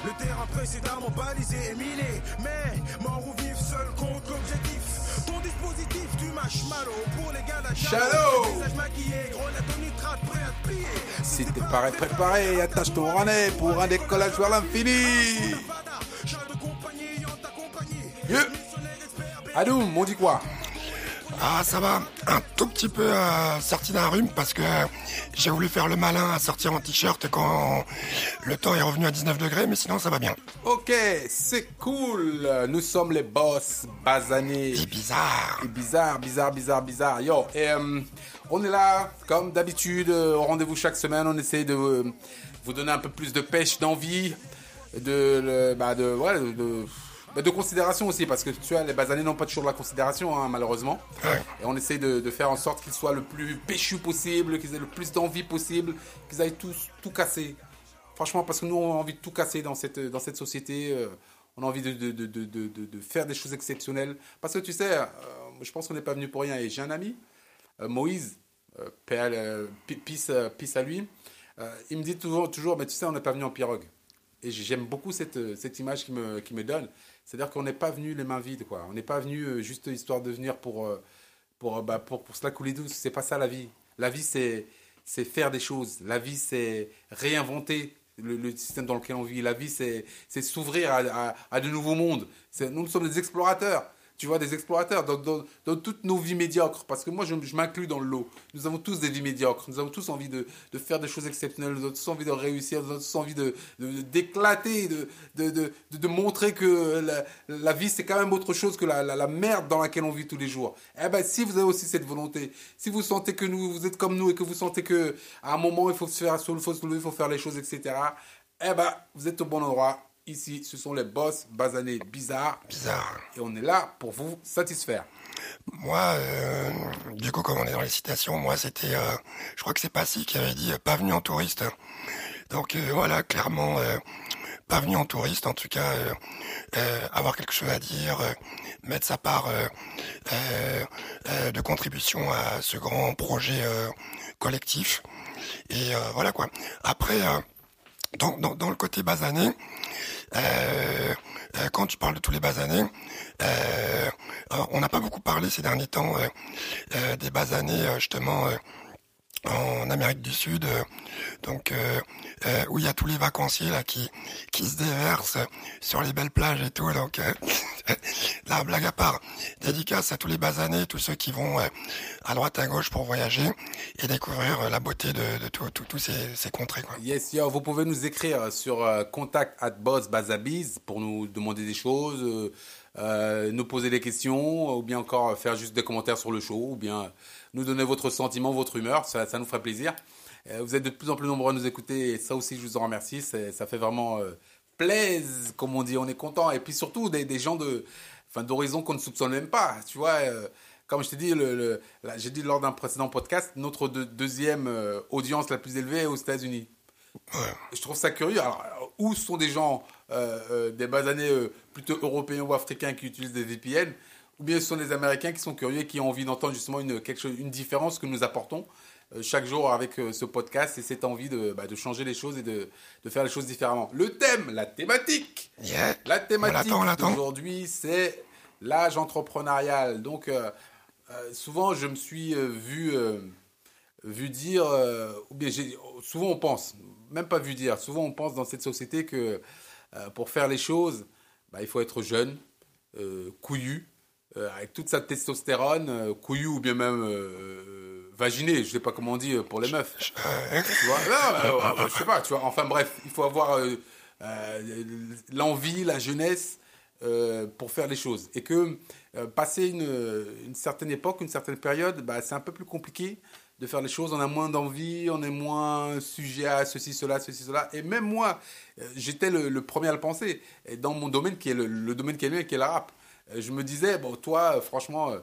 Le terrain précédemment balisé et miné. Mais, mort ou vif, seul contre l'objectif. Ton dispositif, tu mâches malo. Pour les gars la Shadow. visage maquillé, grenade au nitrate, prêt à te plier. Si t'es pas préparé, attache ton harnais pour un décollage vers l'infini. Yeah. Adoum, on dit quoi? Ah, ça va, un tout petit peu sorti d'un rhume parce que j'ai voulu faire le malin à sortir en t-shirt quand le temps est revenu à 19 degrés, mais sinon ça va bien. Ok, c'est cool. Nous sommes les boss basanés. C'est bizarre. Bizarre. Yo, et on est là, comme d'habitude, au rendez-vous chaque semaine. On essaie de vous donner un peu plus de pêche, d'envie, de considération aussi, parce que tu vois, les basanés n'ont pas toujours de la considération, hein, malheureusement. Ouais. Et on essaie de faire en sorte qu'ils soient le plus péchus possible, qu'ils aient le plus d'envie possible, qu'ils aillent tous tout casser. Franchement, parce que nous, on a envie de tout casser dans cette société. On a envie de faire des choses exceptionnelles. Parce que tu sais, je pense qu'on n'est pas venu pour rien. Et j'ai un ami, Moïse, peace à lui. Il me dit toujours, mais tu sais, on n'est pas venu en pirogue. Et j'aime beaucoup cette image qu'il me donne. C'est-à-dire qu'on n'est pas venu les mains vides, quoi. On n'est pas venu juste histoire de venir pour se la couler douce. C'est pas ça la vie. La vie, c'est faire des choses. La vie, c'est réinventer le système dans lequel on vit. La vie, c'est s'ouvrir à de nouveaux mondes. Nous sommes des explorateurs. Tu vois, des explorateurs dans toutes nos vies médiocres. Parce que moi, je m'inclus dans le lot. Nous avons tous des vies médiocres. Nous avons tous envie de faire des choses exceptionnelles. Nous avons tous envie de réussir. Nous avons tous envie d'éclater, de montrer que la vie, c'est quand même autre chose que la merde dans laquelle on vit tous les jours. Eh ben, si vous avez aussi cette volonté, si vous sentez que vous êtes comme nous et que vous sentez qu'à un moment, il faut se lever, il faut faire les choses, etc., eh ben, vous êtes au bon endroit. Ici, ce sont les boss basanés bizarres. Et on est là pour vous satisfaire. Moi, du coup, comme on est dans les citations, moi, c'était, je crois que c'est Passy qui avait dit pas venu en touriste. Donc voilà, clairement, pas venu en touriste, en tout cas, avoir quelque chose à dire, mettre sa part de contribution à ce grand projet collectif. Et voilà quoi. Après, dans le côté basané, quand tu parles de tous les basanés, on n'a pas beaucoup parlé ces derniers temps des basanés justement en Amérique du Sud, où il y a tous les vacanciers là qui se déversent sur les belles plages et tout. Donc la blague à part, dédicace à tous les basanés, tous ceux qui vont à droite à gauche pour voyager et découvrir la beauté de tous ces contrées, quoi. Yes, yo, vous pouvez nous écrire sur contact@bossbazabiz pour nous demander des choses, nous poser des questions, ou bien encore faire juste des commentaires sur le show, ou bien nous donner votre sentiment, votre humeur, ça nous ferait plaisir. Vous êtes de plus en plus nombreux à nous écouter, et ça aussi je vous en remercie, ça fait vraiment plaise, comme on dit, on est content. Et puis surtout des gens d'horizons qu'on ne soupçonne même pas, tu vois. Comme je t'ai dit, j'ai dit lors d'un précédent podcast, notre deuxième audience la plus élevée est aux États-Unis. Ouais. Je trouve ça curieux. Alors, où sont des gens, des basanés plutôt européens ou africains qui utilisent des VPN, ou bien ce sont des Américains qui sont curieux et qui ont envie d'entendre justement une différence que nous apportons chaque jour avec ce podcast et cette envie de changer les choses et de faire les choses différemment. Le thème, la thématique. Yeah. La thématique On l'attend. d'aujourd'hui, c'est l'âge entrepreneurial. Donc, souvent, je me suis vu dire, ou bien souvent on pense, même pas vu dire, souvent on pense dans cette société que pour faire les choses, il faut être jeune, couillu, avec toute sa testostérone, couillu ou bien même vaginé, je ne sais pas comment on dit pour les meufs. Tu vois, non, je sais pas, tu vois. Enfin bref, il faut avoir l'envie, la jeunesse pour faire les choses. Et que passer une certaine époque, une certaine période, c'est un peu plus compliqué de faire les choses. On a moins d'envie, on est moins sujet à ceci, cela. Et même moi, j'étais le premier à le penser. Et dans mon domaine, qui est le domaine qui est le mien, qui est le rap, je me disais, bon, toi, franchement,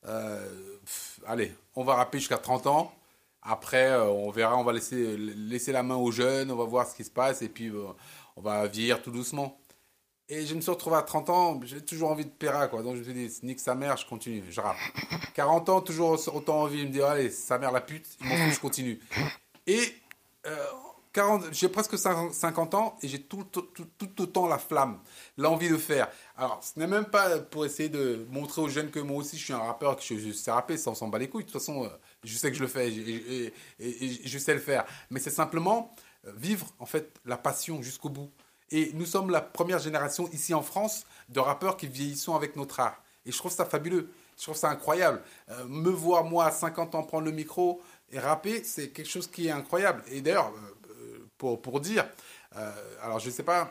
allez, on va rapper jusqu'à 30 ans. Après, on verra, on va laisser la main aux jeunes, on va voir ce qui se passe, et puis on va vieillir tout doucement. Et je me suis retrouvé à 30 ans, j'ai toujours envie de péra, quoi. Donc je me suis dit, nique sa mère, je continue, je rappe. 40 ans, toujours autant envie de me dire, allez, sa mère la pute, il m'en fout, je continue. Et j'ai presque 50 ans et j'ai tout autant la flamme, l'envie de faire. Alors, ce n'est même pas pour essayer de montrer aux jeunes que moi aussi je suis un rappeur, que je sais rapper, ça on s'en bat les couilles. De toute façon, je sais que je le fais et je sais le faire. Mais c'est simplement vivre en fait la passion jusqu'au bout. Et nous sommes la première génération ici en France de rappeurs qui vieillissons avec notre art. Et je trouve ça fabuleux. Je trouve ça incroyable. Me voir, moi, à 50 ans, prendre le micro et rapper, c'est quelque chose qui est incroyable. Et d'ailleurs, pour dire, alors je sais pas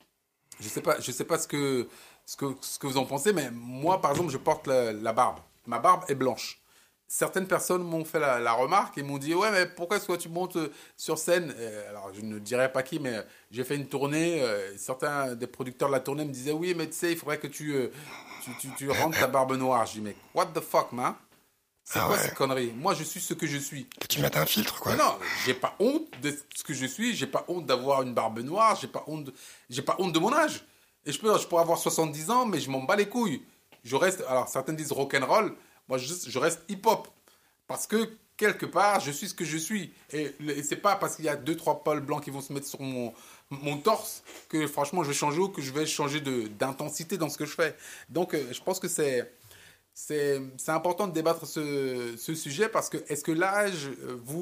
ce que vous en pensez, mais moi, par exemple, je porte la barbe. Ma barbe est blanche. Certaines personnes m'ont fait la remarque et m'ont dit « Ouais, mais pourquoi est-ce que tu montes sur scène ?» Alors, je ne dirais pas qui, mais j'ai fait une tournée. Certains des producteurs de la tournée me disaient « Oui, mais tu sais, il faudrait que tu rentres ta barbe noire. » Je dis « Mais what the fuck, man? C'est quoi cette connerie? Moi, je suis ce que je suis. » Que tu mettes un filtre, quoi. Non, j'ai pas honte de ce que je suis. J'ai pas honte d'avoir une barbe noire. J'ai pas honte de mon âge. Et je pourrais avoir 70 ans, mais je m'en bats les couilles. Je reste, alors certains disent rock'n'roll. Moi, je reste hip-hop. Parce que, quelque part, je suis ce que je suis. Et c'est pas parce qu'il y a 2-3 poils blancs qui vont se mettre sur mon torse que, franchement, je vais changer ou que je vais changer d'intensité dans ce que je fais. Donc, je pense que c'est important de débattre ce sujet parce que, est-ce que l'âge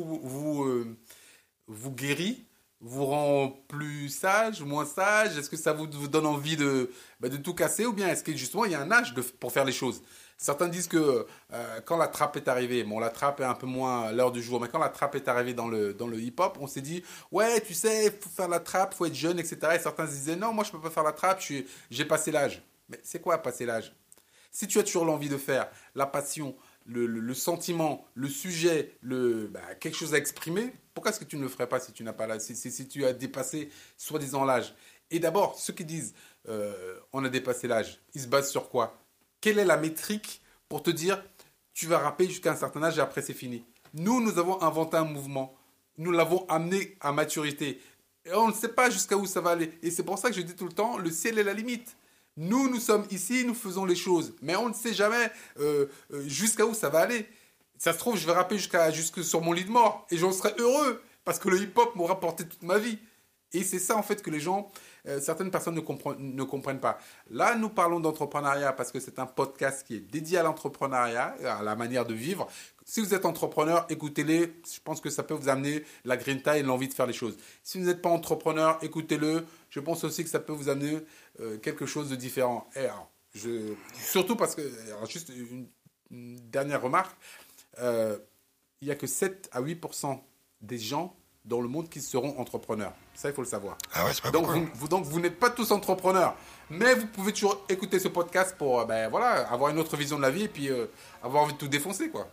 vous guérit, vous rend plus sage, moins sage? Est-ce que ça vous donne envie de tout casser? Ou bien est-ce que, justement, il y a un âge pour faire les choses? Certains disent que quand la trappe est arrivée, bon, la trappe est un peu moins à l'heure du jour, mais quand la trappe est arrivée dans le hip-hop, on s'est dit, ouais, tu sais, il faut faire la trappe, il faut être jeune, etc. Et certains disaient, non, moi, je ne peux pas faire la trappe, j'ai passé l'âge. Mais c'est quoi passer l'âge? Si tu as toujours l'envie de faire, la passion, le sentiment, le sujet, quelque chose à exprimer, pourquoi est-ce que tu ne le ferais pas si tu n'as pas l'âge, si tu as dépassé soi-disant l'âge? Et d'abord, ceux qui disent, on a dépassé l'âge, ils se basent sur quoi? Quelle est la métrique pour te dire tu vas rapper jusqu'à un certain âge et après c'est fini? Nous avons inventé un mouvement. Nous l'avons amené à maturité. Et on ne sait pas jusqu'à où ça va aller. Et c'est pour ça que je dis tout le temps, le ciel est la limite. Nous sommes ici, nous faisons les choses. Mais on ne sait jamais jusqu'à où ça va aller. Ça se trouve, je vais rapper jusque sur mon lit de mort. Et j'en serai heureux. Parce que le hip-hop m'aura porté toute ma vie. Et c'est ça en fait que les gens, certaines personnes ne comprennent pas. Là, nous parlons d'entrepreneuriat parce que c'est un podcast qui est dédié à l'entrepreneuriat, à la manière de vivre. Si vous êtes entrepreneur, écoutez-les. Je pense que ça peut vous amener la grinta et l'envie de faire les choses. Si vous n'êtes pas entrepreneur, écoutez-le. Je pense aussi que ça peut vous amener quelque chose de différent. Et alors, surtout parce que, alors juste une dernière remarque, il n'y a que 7 à 8% des gens dans le monde qui seront entrepreneurs. Ça, il faut le savoir. Ah ouais, c'est pas donc, beaucoup. Donc, vous n'êtes pas tous entrepreneurs. Mais vous pouvez toujours écouter ce podcast pour avoir une autre vision de la vie et puis avoir envie de tout défoncer, quoi.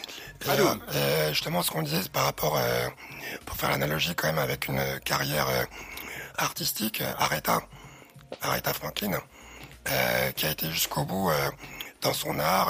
Justement, ce qu'on disait, c'est par rapport, pour faire l'analogie quand même avec une carrière artistique, Aretha Franklin, qui a été jusqu'au bout dans son art,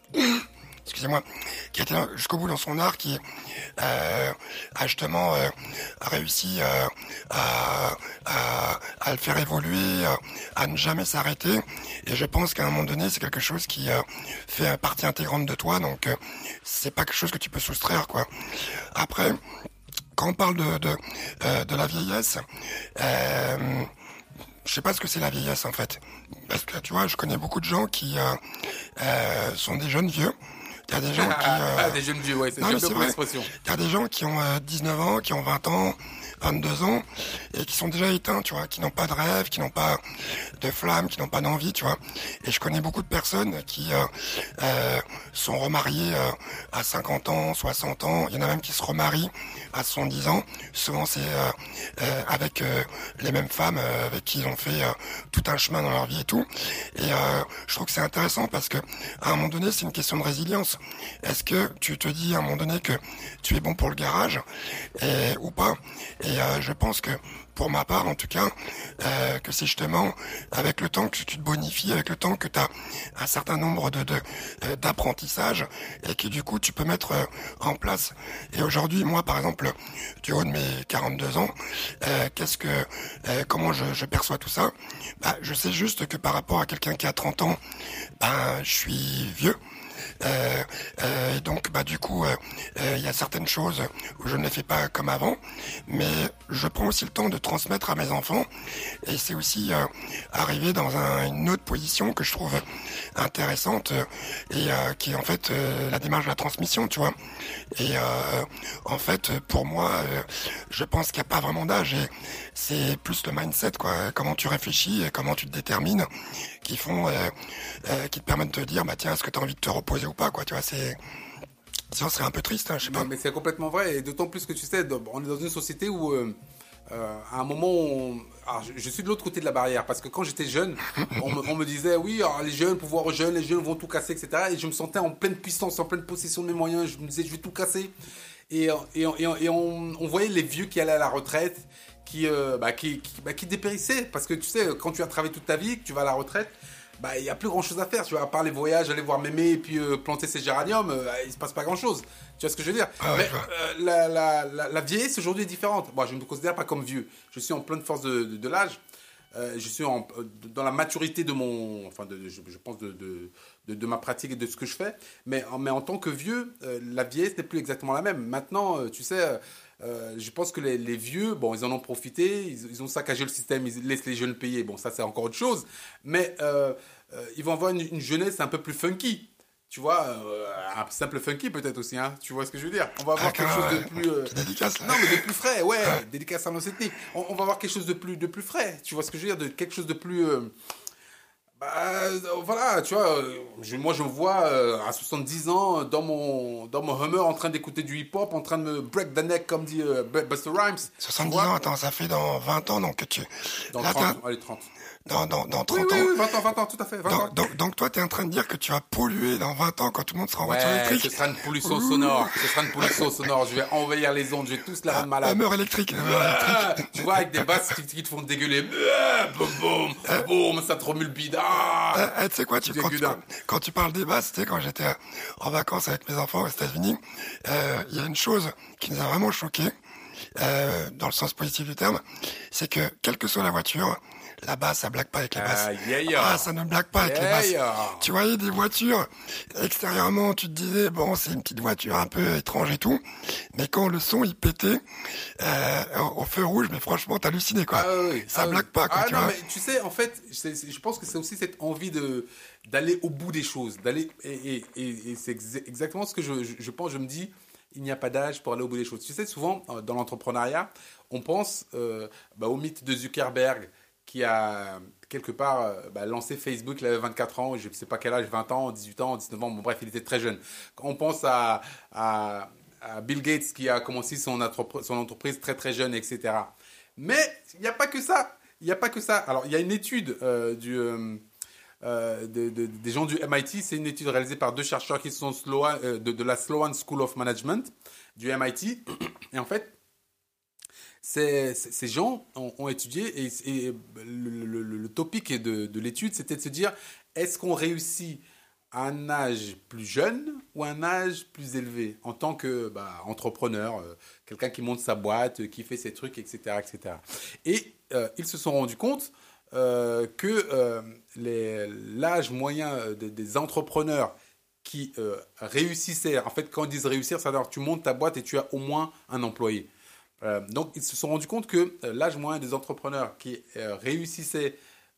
qui a été jusqu'au bout dans son art, qui a justement réussi à le faire évoluer, à ne jamais s'arrêter. Et je pense qu'à un moment donné, c'est quelque chose qui fait partie intégrante de toi, donc c'est pas quelque chose que tu peux soustraire, quoi. Après, quand on parle de la vieillesse, je sais pas ce que c'est la vieillesse en fait, parce que tu vois, je connais beaucoup de gens qui sont des jeunes vieux. Il y a des gens qui... des jeunes vieux, ouais, c'est une bonne expression. Il y a des gens qui ont 19 ans, qui ont 20 ans, 22 ans, et qui sont déjà éteints, tu vois, qui n'ont pas de rêve, qui n'ont pas de flamme, qui n'ont pas d'envie, tu vois. Et je connais beaucoup de personnes qui sont remariées à 50 ans, 60 ans. Il y en a même qui se remarient à 70 ans. Souvent, c'est avec les mêmes femmes avec qui ils ont fait tout un chemin dans leur vie et tout. Et je trouve que c'est intéressant parce que à un moment donné, c'est une question de résilience. Est-ce que tu te dis à un moment donné que tu es bon pour le garage ou pas? Et je pense que, pour ma part en tout cas, que c'est justement avec le temps que tu te bonifies, avec le temps que tu as un certain nombre d'apprentissages et que du coup tu peux mettre en place. Et aujourd'hui, moi par exemple, du haut de mes 42 ans, comment je perçois tout ça? Je sais juste que par rapport à quelqu'un qui a 30 ans, je suis vieux. Et donc, du coup, il y a certaines choses où je ne les fais pas comme avant, mais je prends aussi le temps de transmettre à mes enfants. Et c'est aussi arriver dans une autre position que je trouve intéressante et qui est en fait la démarche de la transmission, tu vois. Et en fait, pour moi, je pense qu'il n'y a pas vraiment d'âge. Et c'est plus le mindset, quoi. Comment tu réfléchis, et comment tu te détermines, qui font, qui te permettent de te dire, tiens, est-ce que tu as envie de te reposer ou pas, quoi. Tu vois, sinon, ce serait un peu triste, hein, je sais pas. Mais c'est complètement vrai, et d'autant plus que tu sais, on est dans une société où, à un moment, alors, je suis de l'autre côté de la barrière, parce que quand j'étais jeune, on me disait, oui, alors, les jeunes, pouvoir aux jeunes, les jeunes vont tout casser, etc. Et je me sentais en pleine puissance, en pleine possession de mes moyens, je me disais, je vais tout casser. Et on voyait les vieux qui allaient à la retraite, qui dépérissaient, parce que tu sais, quand tu as travaillé toute ta vie, que tu vas à la retraite, il n'y a plus grand chose à faire, tu vois, à part les voyages, aller voir mémé et puis planter ses géraniums, il se passe pas grand chose. Tu vois ce que je veux dire? Mais la vieillesse aujourd'hui est différente. Moi, je ne me considère pas comme vieux. Je suis en pleine force de l'âge. Je suis dans la maturité de mon, je pense de ma pratique et de ce que je fais. Mais en tant que vieux, la vieillesse n'est plus exactement la même. Maintenant, tu sais. Je pense que les vieux, bon, ils en ont profité, ils ont saccagé le système, ils laissent les jeunes payer. Bon, ça, c'est encore autre chose. Mais ils vont avoir une jeunesse un peu plus funky. Tu vois, un simple funky peut-être aussi, hein. Tu vois ce que je veux dire? On va avoir quelque chose de plus... dédicace, là. Non, mais de plus frais, ouais. Dédicace à nos ethnies. On va avoir quelque chose de plus frais. Tu vois ce que je veux dire? De quelque chose de plus... voilà, tu vois, moi je me vois à 70 ans dans mon Hummer en train d'écouter du hip-hop, en train de me break the neck comme dit Busta Rhymes. 70 ans, attends, ça fait dans 20 ans, donc tu... Dans là, 30, allez, 30. Dans 30 oui, ans. Oui, 20 ans, tout à fait, 20 ans. Donc toi, tu es en train de dire que tu vas polluer dans 20 ans quand tout le monde sera en voiture électrique. Ce sera une pollution sonore. Je vais envahir les ondes, je vais tous la rendre malade. Hummer électrique. Tu vois, avec des basses qui te font dégueuler. Boum, boum, ça te remue le bide. Tu sais quoi, quand tu parles des basses, tu sais, quand j'étais en vacances avec mes enfants aux États-Unis, il y a une chose qui nous a vraiment choqués, dans le sens positif du terme, c'est que quelle que soit la voiture, la basse, ça blague pas avec les basses. Ça ne blague pas avec les basses. Tu voyais des voitures, extérieurement, tu te disais, bon, c'est une petite voiture un peu étrange et tout, mais quand le son, il pétait, au feu rouge, mais franchement, t'hallucinais, quoi. Ça blague pas, quoi, tu vois. Mais tu sais, en fait, je pense que c'est aussi cette envie d'aller au bout des choses, et c'est exactement ce que je pense, je me dis, il n'y a pas d'âge pour aller au bout des choses. Tu sais, souvent, dans l'entrepreneuriat, on pense au mythe de Zuckerberg, qui a quelque part lancé Facebook, il avait 24 ans, je ne sais pas quel âge, 20 ans, 18 ans, 19 ans, bon bref, il était très jeune. Quand on pense à Bill Gates qui a commencé son entreprise très très jeune, etc. Mais il n'y a pas que ça. Alors, il y a une étude des gens du MIT, c'est une étude réalisée par deux chercheurs qui sont de la Sloan School of Management du MIT. Et en fait, ces gens ont étudié et le topic de l'étude, c'était de se dire, est-ce qu'on réussit à un âge plus jeune ou à un âge plus élevé en tant qu'entrepreneur, quelqu'un qui monte sa boîte, qui fait ses trucs, etc. etc. Et ils se sont rendus compte que l'âge moyen des entrepreneurs qui réussissaient, en fait quand ils disent réussir, ça veut dire que tu montes ta boîte et tu as au moins un employé. Donc, ils se sont rendus compte que l'âge moyen des entrepreneurs qui réussissaient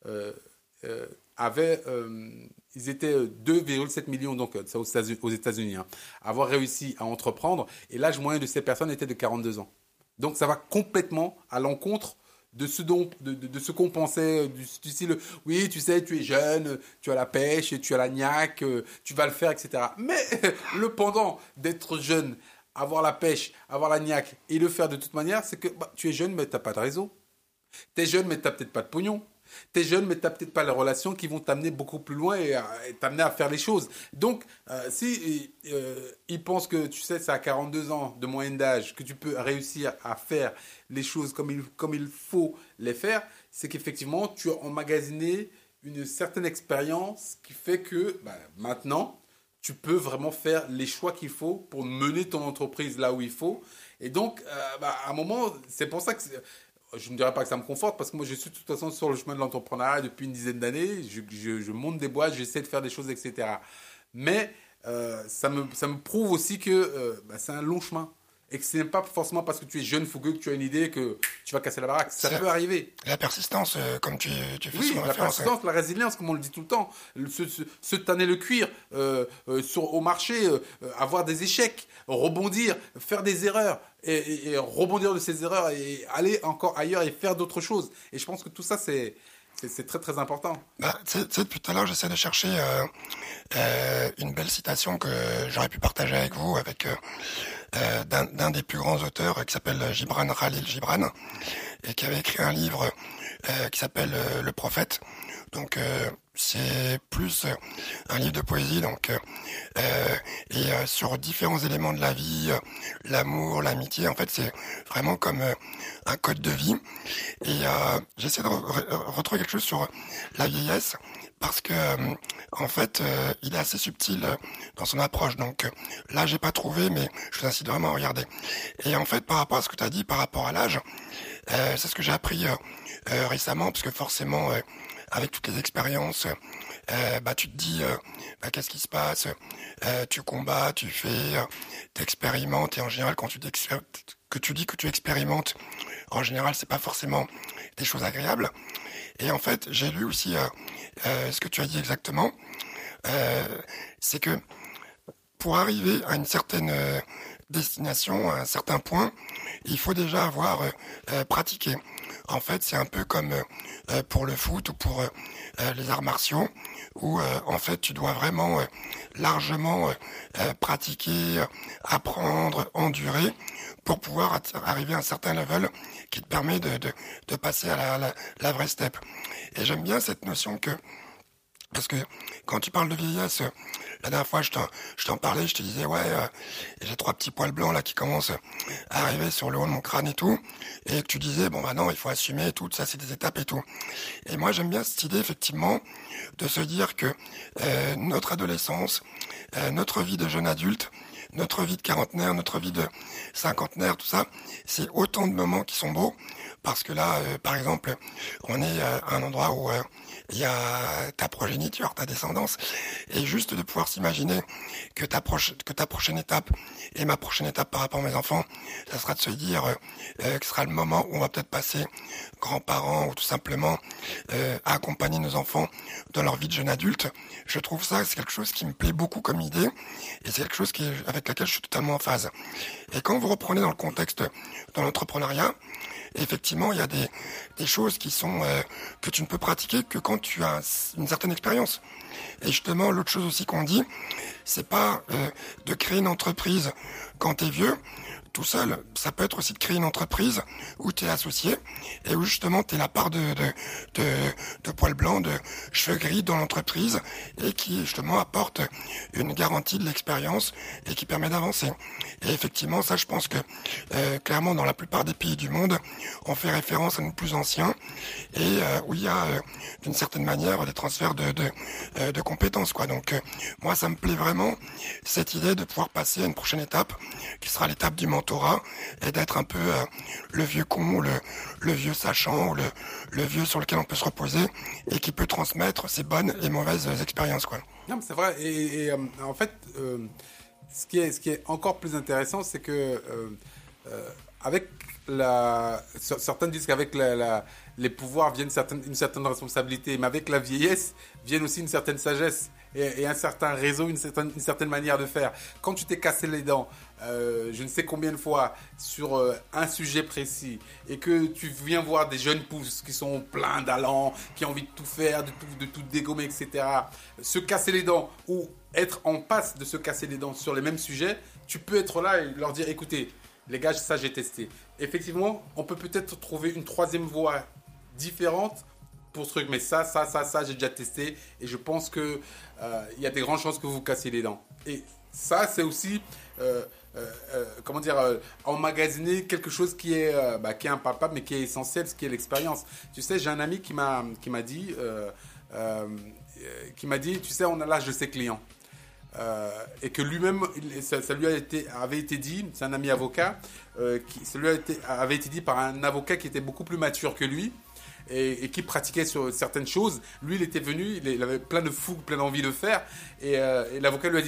ils étaient 2,7 millions, donc ça aux États-Unis, hein, avoir réussi à entreprendre, et l'âge moyen de ces personnes était de 42 ans. Donc, ça va complètement à l'encontre de ce qu'on pensait, du style, oui, tu sais, tu es jeune, tu as la pêche, tu as la niaque, tu vas le faire, etc. Mais le pendant d'être jeune, avoir la pêche, avoir la niaque et le faire de toute manière, c'est que tu es jeune, mais tu n'as pas de réseau. Tu es jeune, mais tu n'as peut-être pas de pognon. Tu es jeune, mais tu n'as peut-être pas les relations qui vont t'amener beaucoup plus loin et t'amener à faire les choses. Donc, si ils pensent que, tu sais, c'est à 42 ans de moyenne d'âge que tu peux réussir à faire les choses comme il faut les faire, c'est qu'effectivement, tu as emmagasiné une certaine expérience qui fait que maintenant, tu peux vraiment faire les choix qu'il faut pour mener ton entreprise là où il faut. Et donc, à un moment, c'est pour ça que je ne dirais pas que ça me conforte, parce que moi, je suis de toute façon sur le chemin de l'entrepreneuriat depuis une dizaine d'années. Je monte des boîtes, j'essaie de faire des choses, etc. Mais ça me prouve aussi que c'est un long chemin. Et que ce n'est pas forcément parce que tu es jeune, fougueux, que tu as une idée que tu vas casser la baraque. Ça peut arriver. La persistance, comme tu fais souvent la référence. persistance, la résilience, comme on le dit tout le temps. Se tanner le cuir au marché, avoir des échecs, rebondir, faire des erreurs et rebondir de ces erreurs et aller encore ailleurs et faire d'autres choses. Et je pense que tout ça, c'est très très important. Tu sais, depuis tout à l'heure, j'essaie de chercher une belle citation que j'aurais pu partager avec vous, avec d'un des plus grands auteurs qui s'appelle Gibran Khalil Gibran, et qui avait écrit un livre qui s'appelle Le Prophète. Donc c'est plus un livre de poésie, donc sur différents éléments de la vie, l'amour, l'amitié. En fait, c'est vraiment comme un code de vie. Et j'essaie de retrouver quelque chose sur la vieillesse, parce que en fait, il est assez subtil dans son approche. Donc là, j'ai pas trouvé, mais je vous incite vraiment à regarder. Et en fait, par rapport à ce que tu as dit, par rapport à l'âge, c'est ce que j'ai appris récemment, parce que forcément, avec toutes les expériences, tu te dis, qu'est-ce qui se passe, tu combats, tu fais, t'expérimentes, et en général, quand tu dis que tu expérimentes, en général, c'est pas forcément des choses agréables. Et en fait, j'ai lu aussi ce que tu as dit exactement, c'est que pour arriver à une certaine destination, à un certain point, il faut déjà avoir pratiqué. En fait, c'est un peu comme pour le foot ou pour les arts martiaux, où en fait tu dois vraiment largement pratiquer, apprendre, endurer, pour pouvoir arriver à un certain level qui te permet de passer à la vraie step. Et j'aime bien cette notion parce que quand tu parles de vieillesse, la dernière fois je t'en parlais, je te disais j'ai 3 petits poils blancs là qui commencent à arriver sur le haut de mon crâne et tout, et que tu disais non, il faut assumer et tout, ça c'est des étapes et tout. Et moi j'aime bien cette idée effectivement de se dire que notre adolescence, notre vie de jeune adulte, notre vie de quarantenaire, notre vie de cinquantenaire, tout ça, c'est autant de moments qui sont beaux, parce que là, par exemple, on est à un endroit où il y a ta progéniture, ta descendance, et juste de pouvoir s'imaginer que ta prochaine étape et ma prochaine étape par rapport à mes enfants, ça sera de se dire que ce sera le moment où on va peut-être passer grands-parents ou tout simplement à accompagner nos enfants dans leur vie de jeune adulte. Je trouve ça, c'est quelque chose qui me plaît beaucoup comme idée, et c'est quelque chose avec laquelle je suis totalement en phase. Et quand vous reprenez dans le contexte de l'entrepreneuriat, effectivement, il y a des choses qui sont que tu ne peux pratiquer que quand tu as une certaine expérience. Et justement, l'autre chose aussi qu'on dit, c'est pas de créer une entreprise quand tu es vieux, tout seul. Ça peut être aussi de créer une entreprise où tu es associé et où justement tu es la part de poils blancs, de cheveux gris dans l'entreprise, et qui justement apporte une garantie de l'expérience et qui permet d'avancer. Et effectivement, ça, je pense que clairement dans la plupart des pays du monde, on fait référence à nos plus anciens, et où il y a d'une certaine manière des transferts de compétences, quoi. Donc moi, ça me plaît vraiment cette idée de pouvoir passer à une prochaine étape qui sera l'étape du mentorat, et d'être un peu le vieux con, le vieux sachant, ou le vieux sur lequel on peut se reposer et qui peut transmettre ses bonnes et mauvaises expériences, quoi. Non, mais c'est vrai. Et en fait, ce qui est encore plus intéressant, c'est que avec certains disent qu'avec les pouvoirs viennent une certaine responsabilité, mais avec la vieillesse viennent aussi une certaine sagesse et un certain réseau, une certaine manière de faire. Quand tu t'es cassé les dents, je ne sais combien de fois sur un sujet précis, et que tu viens voir des jeunes pousses qui sont pleins d'allant, qui ont envie de tout faire, de tout dégommer, etc. Se casser les dents ou être en passe de se casser les dents sur les mêmes sujets, tu peux être là et leur dire, écoutez, les gars, ça j'ai testé. Effectivement, on peut peut-être trouver une troisième voie différente pour ce truc, mais ça, j'ai déjà testé, et je pense que il y a des grandes chances que vous cassiez les dents. Et ça, c'est aussi emmagasiner quelque chose qui est impalpable, mais qui est essentiel, ce qui est l'expérience. Tu sais, j'ai un ami qui m'a dit, tu sais, on a l'âge de ses clients. Et que lui-même, ça lui avait été dit, c'est un ami avocat, ça lui avait été dit par un avocat qui était beaucoup plus mature que lui, et qui pratiquait sur certaines choses. Lui, il était venu, il avait plein de fougue, plein d'envie de faire, et l'avocat lui a dit,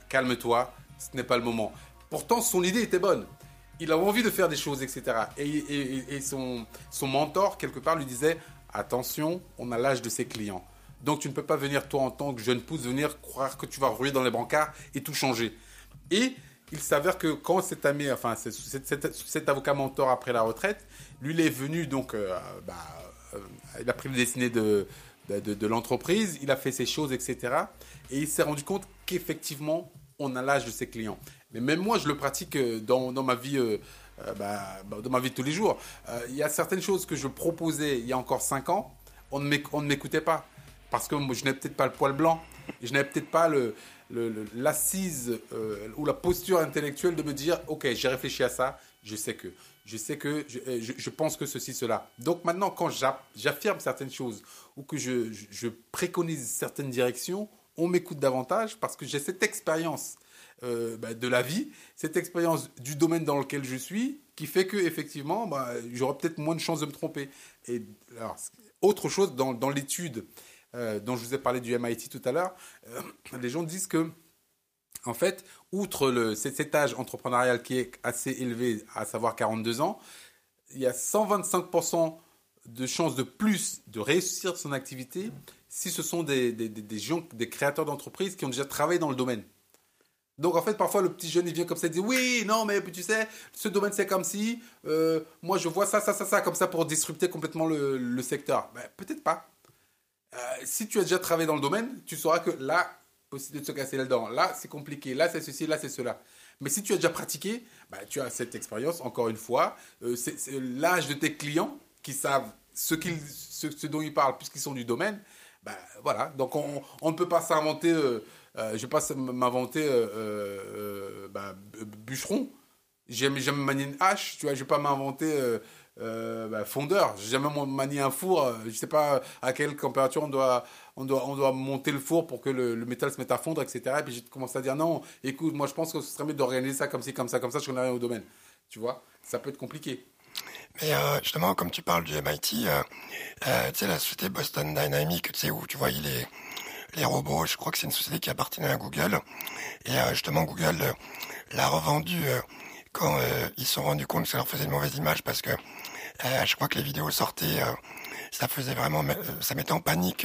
calme-toi, ce n'est pas le moment. Pourtant, son idée était bonne. Il avait envie de faire des choses, etc. Et son mentor, quelque part, lui disait, attention, on a l'âge de ses clients. Donc, tu ne peux pas venir, toi, en tant que jeune pousse, venir croire que tu vas rouler dans les brancards et tout changer. Et il s'avère que quand cet avocat mentor après la retraite, lui, il est venu, donc, il a pris le destiné de l'entreprise, il a fait ses choses, etc. Et il s'est rendu compte qu'effectivement, on a l'âge de ses clients. Mais même moi, je le pratique dans ma vie, dans ma vie de tous les jours. Il y a certaines choses que je proposais il y a encore 5 ans, on ne m'écoutait pas. Parce que moi, je n'avais peut-être pas le poil blanc, et je n'avais peut-être pas l'assise ou la posture intellectuelle de me dire, ok, j'ai réfléchi à ça, je sais que, je pense que ceci, cela. Donc maintenant, quand j'affirme certaines choses ou que je préconise certaines directions, on m'écoute davantage parce que j'ai cette expérience de la vie, cette expérience du domaine dans lequel je suis, qui fait que effectivement, j'aurai peut-être moins de chances de me tromper. Et alors, autre chose dans l'étude dont je vous ai parlé du MIT tout à l'heure, les gens disent que, en fait, outre cet âge entrepreneurial qui est assez élevé, à savoir 42 ans, il y a 125% de chances de plus de réussir son activité si ce sont des gens, des créateurs d'entreprises qui ont déjà travaillé dans le domaine. Donc en fait, parfois le petit jeune il vient comme ça, il dit oui, non, mais tu sais, ce domaine c'est comme si, moi je vois ça, comme ça pour disrupter complètement le secteur. Ben, peut-être pas. Si tu as déjà travaillé dans le domaine, tu sauras que là, possible de se casser là-dedans. Là, c'est compliqué. Là, c'est ceci, là, c'est cela. Mais si tu as déjà pratiqué, tu as cette expérience, encore une fois. C'est l'âge de tes clients qui savent ce dont ils parlent puisqu'ils sont du domaine. Voilà. Donc, on ne peut pas s'inventer... je ne vais pas m'inventer bûcheron. J'aime manier une hache. Tu vois, je ne vais pas m'inventer... fondeur, j'ai jamais manié un four, je sais pas à quelle température on doit monter le four pour que le métal se mette à fondre, etc. Et puis j'ai commencé à dire non, écoute, moi je pense que ce serait mieux d'organiser ça comme ci, comme ça, je connais rien au domaine. Tu vois, ça peut être compliqué. Mais justement, comme tu parles du MIT, tu sais, la société Boston Dynamics, tu sais, où tu voyais les robots, je crois que c'est une société qui appartenait à Google. Et justement, Google l'a revendu quand ils se sont rendus compte que ça leur faisait une mauvaise image parce que je crois que les vidéos sortaient, ça mettait en panique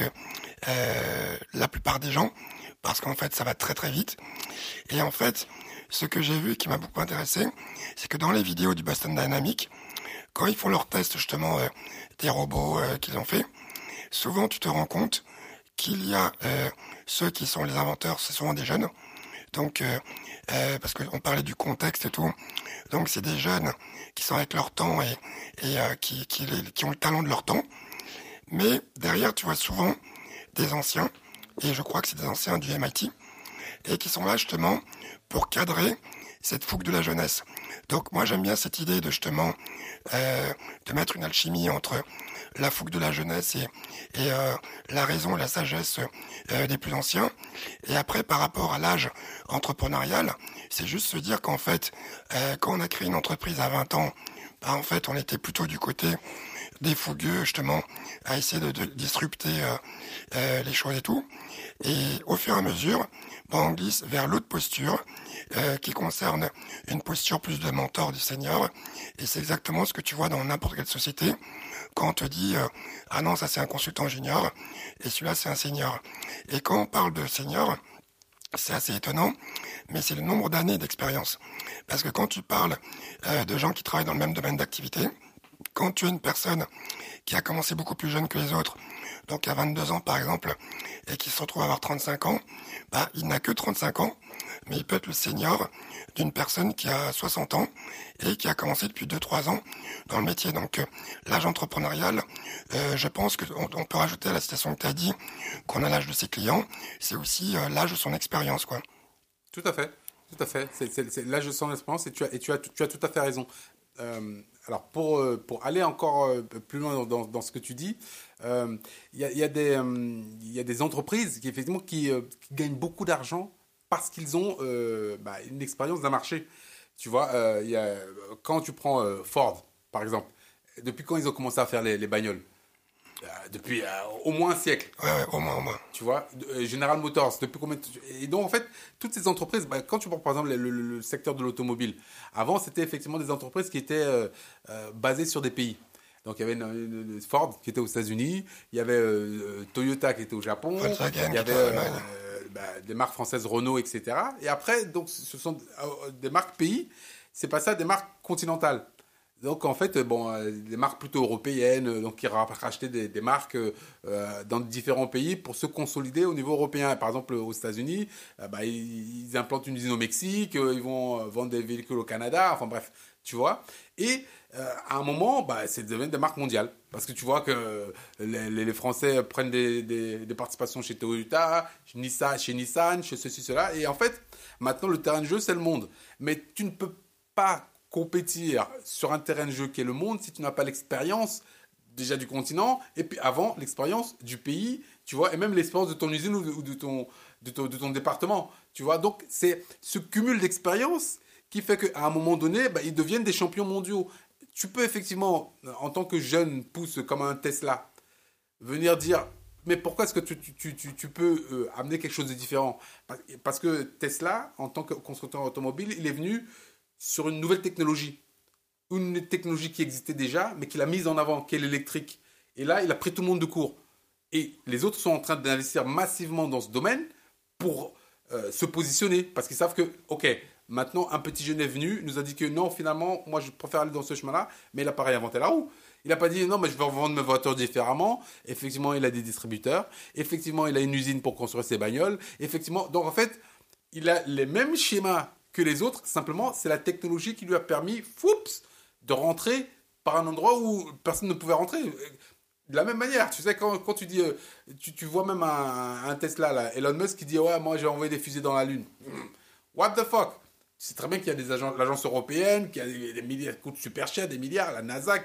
la plupart des gens parce qu'en fait ça va très très vite. Et en fait, ce que j'ai vu qui m'a beaucoup intéressé, c'est que dans les vidéos du Boston Dynamics, quand ils font leurs tests justement des robots qu'ils ont fait, souvent tu te rends compte qu'il y a ceux qui sont les inventeurs, c'est souvent des jeunes. Donc, parce qu'on parlait du contexte et tout, donc c'est des jeunes qui sont avec leur temps et qui ont le talent de leur temps. Mais derrière, tu vois souvent des anciens, et je crois que c'est des anciens du MIT, et qui sont là justement pour cadrer cette fougue de la jeunesse. Donc moi j'aime bien cette idée de justement de mettre une alchimie entre la fougue de la jeunesse et la raison et la sagesse des plus anciens. Et après, par rapport à l'âge entrepreneurial, c'est juste se dire qu'en fait, quand on a créé une entreprise à 20 ans, en fait, on était plutôt du côté des fougueux, justement, à essayer de disrupter les choses et tout. Et au fur et à mesure, on glisse vers l'autre posture qui concerne une posture plus de mentor, du senior. Et c'est exactement ce que tu vois dans n'importe quelle société. Quand on te dit ah non, ça c'est un consultant junior et celui-là c'est un senior. Et quand on parle de senior, c'est assez étonnant, mais c'est le nombre d'années d'expérience. Parce que quand tu parles de gens qui travaillent dans le même domaine d'activité, quand tu es une personne qui a commencé beaucoup plus jeune que les autres, donc à 22 ans par exemple, et qui se retrouve à avoir 35 ans, il n'a que 35 ans, mais il peut être le senior d'une personne qui a 60 ans et qui a commencé depuis 2-3 ans dans le métier. Donc l'âge entrepreneurial, je pense qu'on peut rajouter à la citation que tu as dit qu'on a l'âge de ses clients, c'est aussi l'âge de son expérience, quoi. Tout à fait. C'est l'âge de son expérience et tu as tout à fait raison. Alors pour aller encore plus loin dans ce que tu dis, il y a des entreprises qui effectivement qui gagnent beaucoup d'argent parce qu'ils ont une expérience d'un marché. Tu vois, quand tu prends Ford par exemple, depuis quand ils ont commencé à faire les bagnoles? Depuis au moins un siècle. Ouais, au moins. Tu vois, General Motors, depuis combien Et donc, en fait, toutes ces entreprises, quand tu prends par exemple le secteur de l'automobile, avant, c'était effectivement des entreprises qui étaient basées sur des pays. Donc, il y avait une Ford qui était aux États-Unis, il y avait Toyota qui était au Japon, Volkswagen, il y avait des marques françaises, Renault, etc. Et après, donc, ce sont des marques pays, c'est pas ça, des marques continentales. Donc en fait, des marques plutôt européennes, donc qui rachetaient des marques dans différents pays pour se consolider au niveau européen. Par exemple, aux États-Unis, ils implantent une usine au Mexique, ils vont vendre des véhicules au Canada, enfin bref, tu vois. Et à un moment, c'est devenu des marques mondiales. Parce que tu vois que les Français prennent des participations chez Toyota, chez Nissan, chez ceci, cela. Et en fait, maintenant, le terrain de jeu, c'est le monde. Mais tu ne peux pas compétir sur un terrain de jeu qui est le monde si tu n'as pas l'expérience déjà du continent et puis avant l'expérience du pays, tu vois, et même l'expérience de ton usine ou de ton département, tu vois. Donc c'est ce cumul d'expérience qui fait qu'à un moment donné, ils deviennent des champions mondiaux. Tu peux effectivement, en tant que jeune pousse comme un Tesla, venir dire mais pourquoi est-ce que tu peux amener quelque chose de différent? Parce que Tesla, en tant que constructeur automobile, il est venu sur une nouvelle technologie. Une technologie qui existait déjà, mais qu'il a mise en avant, qui est l'électrique. Et là, il a pris tout le monde de court. Et les autres sont en train d'investir massivement dans ce domaine pour se positionner. Parce qu'ils savent que, ok, maintenant, un petit jeune est venu, nous a dit que non, finalement, moi, je préfère aller dans ce chemin-là, mais il n'a pas réinventé la roue. Il n'a pas dit non, mais je vais vendre mes voitures différemment. Effectivement, il a des distributeurs. Effectivement, il a une usine pour construire ses bagnoles. Effectivement, donc en fait, il a les mêmes schémas que les autres, simplement, c'est la technologie qui lui a permis, de rentrer par un endroit où personne ne pouvait rentrer. De la même manière, tu sais, quand tu dis, tu vois même un Tesla, là, Elon Musk qui dit, ouais, moi j'ai envoyé des fusées dans la Lune. What the fuck? Tu sais très bien qu'il y a l'agence européenne, qu'il y a des milliards qui coûtent super cher, des milliards, la NASA,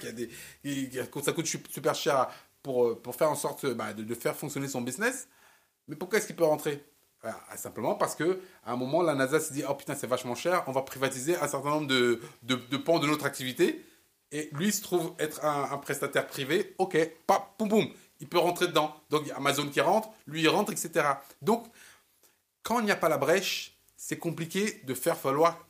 ça coûte super cher pour faire en sorte de faire fonctionner son business. Mais pourquoi est-ce qu'il peut rentrer? Simplement parce qu'à un moment, la NASA s'est dit « Oh putain, c'est vachement cher, on va privatiser un certain nombre de pans de notre activité. » Et lui, il se trouve être un prestataire privé. Ok, boum, boum, il peut rentrer dedans. Donc, il y a Amazon qui rentre, lui, il rentre, etc. Donc, quand il n'y a pas la brèche, c'est compliqué de faire falloir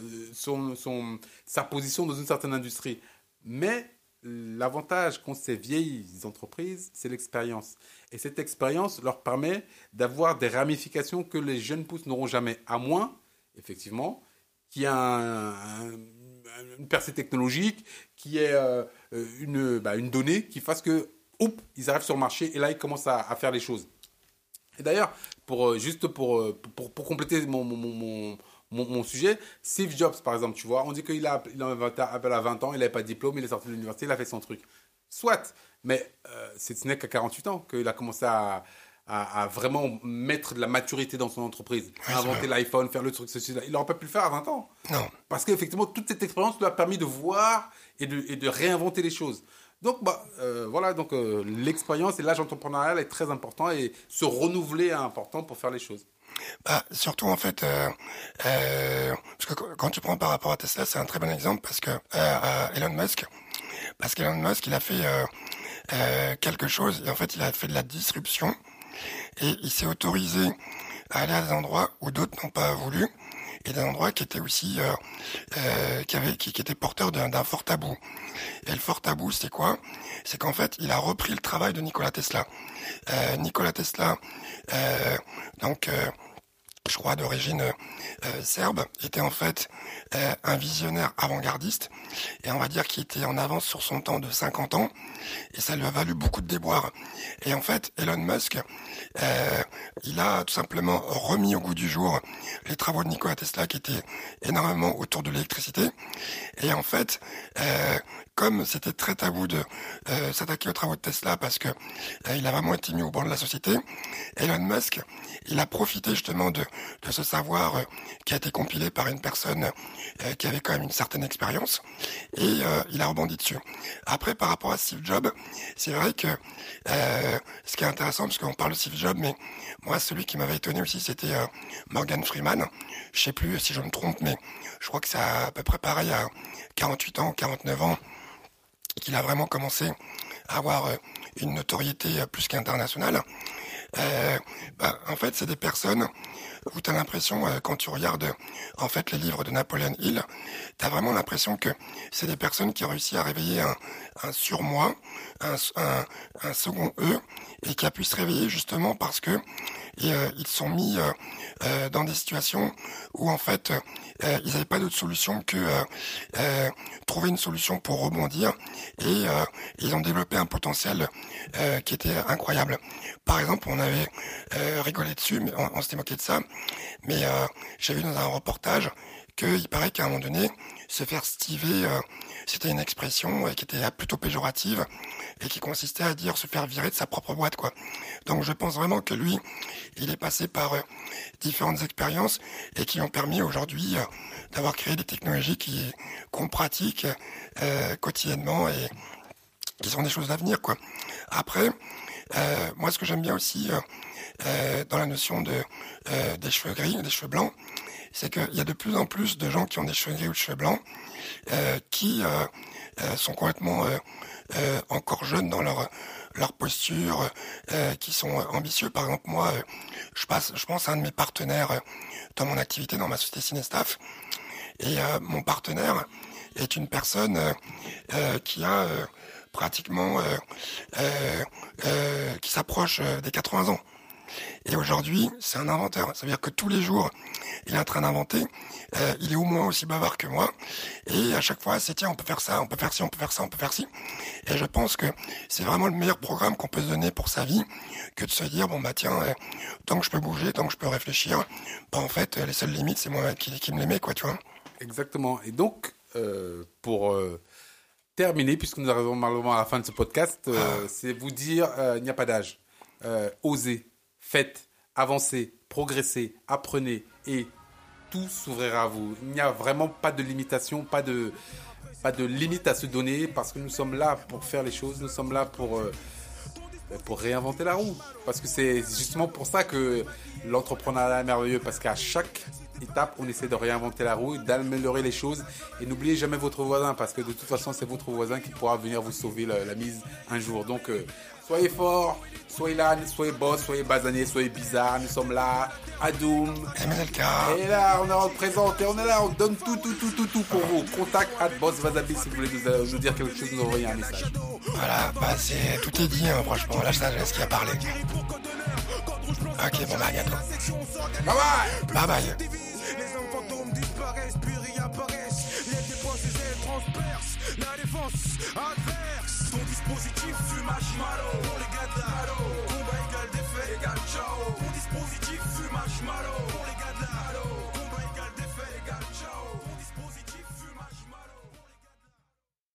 sa position dans une certaine industrie. Mais l'avantage qu'ont ces vieilles entreprises, c'est l'expérience. Et cette expérience leur permet d'avoir des ramifications que les jeunes pousses n'auront jamais, à moins, effectivement, qu'il y ait une percée technologique, qu'il y ait une donnée qui fasse que, ils arrivent sur le marché et là, ils commencent à faire les choses. Et d'ailleurs, pour compléter mon sujet, Steve Jobs, par exemple, tu vois, on dit qu'il a 20 ans, il n'avait pas de diplôme, il est sorti de l'université, il a fait son truc. Soit, mais ce n'est qu'à 48 ans qu'il a commencé à vraiment mettre de la maturité dans son entreprise, inventer l'iPhone, faire le truc, ceci, là. Il n'aurait pas pu le faire à 20 ans. Non. Parce qu'effectivement, toute cette expérience lui a permis de voir et de réinventer les choses. Donc, donc l'expérience et l'âge entrepreneurial est très important et se renouveler est important pour faire les choses. Surtout en fait, parce que quand tu prends par rapport à Tesla, c'est un très bon exemple parce que Elon Musk, il a fait quelque chose et en fait il a fait de la disruption et il s'est autorisé à aller à des endroits où d'autres n'ont pas voulu et des endroits qui étaient aussi qui étaient porteurs d'un fort tabou. Et le fort tabou, c'est quoi? C'est qu'en fait, il a repris le travail de Nikola Tesla. Nikola Tesla, je crois d'origine serbe, était en fait un visionnaire avant-gardiste et on va dire qu'il était en avance sur son temps de 50 ans et ça lui a valu beaucoup de déboires. Et en fait, Elon Musk, il a tout simplement remis au goût du jour les travaux de Nikola Tesla qui étaient énormément autour de l'électricité et en fait, comme c'était très tabou de s'attaquer aux travaux de Tesla parce que il a vraiment été mis au banc de la société, Elon Musk, il a profité justement de ce savoir qui a été compilé par une personne qui avait quand même une certaine expérience et il a rebondi dessus. Après, par rapport à Steve Jobs, c'est vrai que ce qui est intéressant, parce qu'on parle de Steve Jobs, mais moi, celui qui m'avait étonné aussi, c'était Morgan Freeman. Je sais plus si je me trompe, mais je crois que c'est à peu près pareil à 48 ans, 49 ans, qu'il a vraiment commencé à avoir une notoriété plus qu'internationale. En fait, c'est des personnes où tu as l'impression, quand tu regardes en fait les livres de Napoleon Hill, tu as vraiment l'impression que c'est des personnes qui ont réussi à réveiller un surmoi, un second eux, et qui a pu se réveiller justement parce que ils sont mis dans des situations où en fait ils n'avaient pas d'autre solution que trouver une solution pour rebondir, et ils ont développé un potentiel qui était incroyable. Par exemple, on avait rigolé dessus, mais on s'était moqué de ça, mais j'ai vu dans un reportage qu'il paraît qu'à un moment donné, se faire stiver, c'était une expression qui était plutôt péjorative et qui consistait à dire se faire virer de sa propre boîte, quoi. Donc je pense vraiment que lui, il est passé par différentes expériences et qui ont permis aujourd'hui d'avoir créé des technologies qu'on pratique quotidiennement et qui sont des choses à venir, quoi. Après, moi ce que j'aime bien aussi dans la notion des cheveux gris, des cheveux blancs, c'est qu'il y a de plus en plus de gens qui ont des cheveux gris ou des cheveux blancs qui sont complètement encore jeunes dans leur posture, qui sont ambitieux. Par exemple, moi, je pense à un de mes partenaires dans mon activité, dans ma société Cinestaff, et mon partenaire est une personne qui a pratiquement qui s'approche des 80 ans. Et aujourd'hui, c'est un inventeur. Ça veut dire que tous les jours, il est en train d'inventer. Il est au moins aussi bavard que moi. Et à chaque fois, c'est tiens, on peut faire ça, on peut faire ci, on peut faire ça, on peut faire ci. Et je pense que c'est vraiment le meilleur programme qu'on peut se donner pour sa vie, que de se dire, bon bah tiens, tant que je peux bouger, tant que je peux réfléchir, bah en fait, les seules limites, c'est moi qui me les mets, quoi, tu vois. Exactement. Et donc, pour terminer, puisque nous arrivons malheureusement à la fin de ce podcast, c'est vous dire, il n'y a pas d'âge. Osez. Faites, avancez, progressez, apprenez et tout s'ouvrira à vous. Il n'y a vraiment pas de limitation, pas de limite à se donner parce que nous sommes là pour faire les choses, nous sommes là pour réinventer la roue. Parce que c'est justement pour ça que l'entrepreneuriat est merveilleux, parce qu'à chaque étape, on essaie de réinventer la roue, d'améliorer les choses. Et n'oubliez jamais votre voisin, parce que de toute façon, c'est votre voisin qui pourra venir vous sauver la mise un jour. Donc, soyez forts, soyez là, soyez boss, soyez basané, soyez bizarre. Nous sommes là, Adoum. Et là, on est représenté, on est là, on donne tout pour vous. Contact @bosswasabi si vous voulez nous dire quelque chose, nous envoyer un message. Voilà, bah tout est dit, hein, franchement. Là, ça, ce qui a parlé. Ok, bon, bah, à bientôt. Bye bye. Bye bye. Les hommes fantômes disparaissent, puis réapparaissent. Les dépenses et elles transpercent. La défense adverse. Ton dispositif fume marshmallow. Pour les gars de la halo. Combat égal défaite égal ciao. Ton dispositif fume marshmallow. Pour les gars de la halo.